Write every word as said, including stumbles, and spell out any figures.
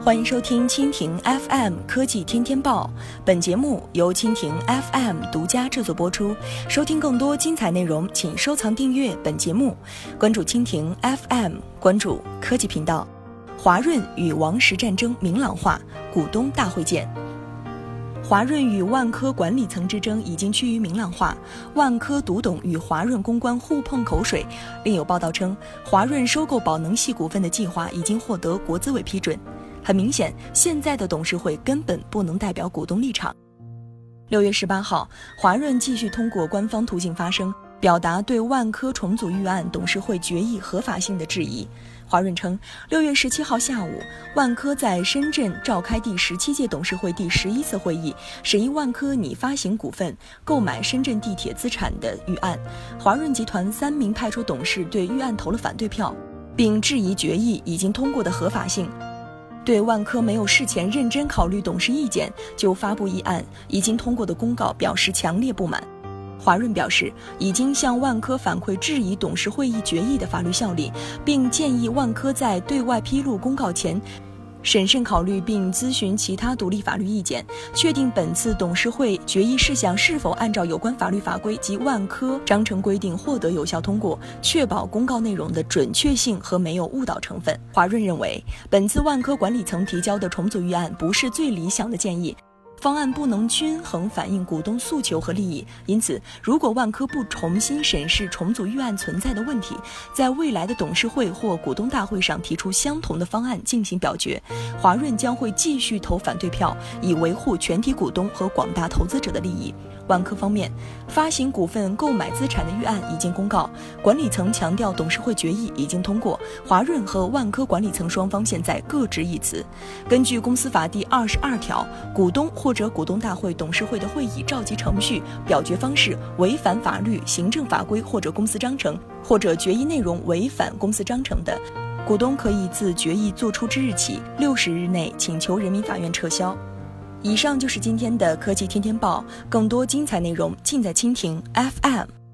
欢迎收听蜻蜓 F M 科技天天报，本节目由蜻蜓 F M 独家制作播出。收听更多精彩内容，请收藏订阅本节目，关注蜻蜓 F M， 关注科技频道。华润与王石战争明朗化，股东大会见。华润与万科管理层之争已经趋于明朗化，万科独董与华润公关互碰口水。另有报道称，华润收购宝能系股份的计划已经获得国资委批准。很明显，现在的董事会根本不能代表股东立场。六月十八号，华润继续通过官方途径发声，表达对万科重组预案董事会决议合法性的质疑。华润称，六月十七号下午，万科在深圳召开第十七届董事会第十一次会议，审议万科拟发行股份购买深圳地铁资产的预案。华润集团三名派出董事对预案投了反对票，并质疑决议已经通过的合法性。对万科没有事前认真考虑董事意见就发布议案已经通过的公告表示强烈不满。华润表示，已经向万科反馈质疑董事会议决议的法律效力，并建议万科在对外披露公告前审慎考虑并咨询其他独立法律意见，确定本次董事会决议事项是否按照有关法律法规及万科章程规定获得有效通过，确保公告内容的准确性和没有误导成分。华润认为，本次万科管理层提交的重组预案不是最理想的建议，方案不能均衡反映股东诉求和利益，因此如果万科不重新审视重组预案存在的问题，在未来的董事会或股东大会上提出相同的方案进行表决，华润将会继续投反对票，以维护全体股东和广大投资者的利益。万科方面，发行股份购买资产的预案已经公告，管理层强调董事会决议已经通过，华润和万科管理层双方现在各执一词。根据公司法第二十二条，股东或者股东大会董事会的会议召集程序、表决方式违反法律、行政法规或者公司章程，或者决议内容违反公司章程的，股东可以自决议作出之日起六十日内请求人民法院撤销。以上就是今天的科技天天报，更多精彩内容尽在蜻蜓 F M。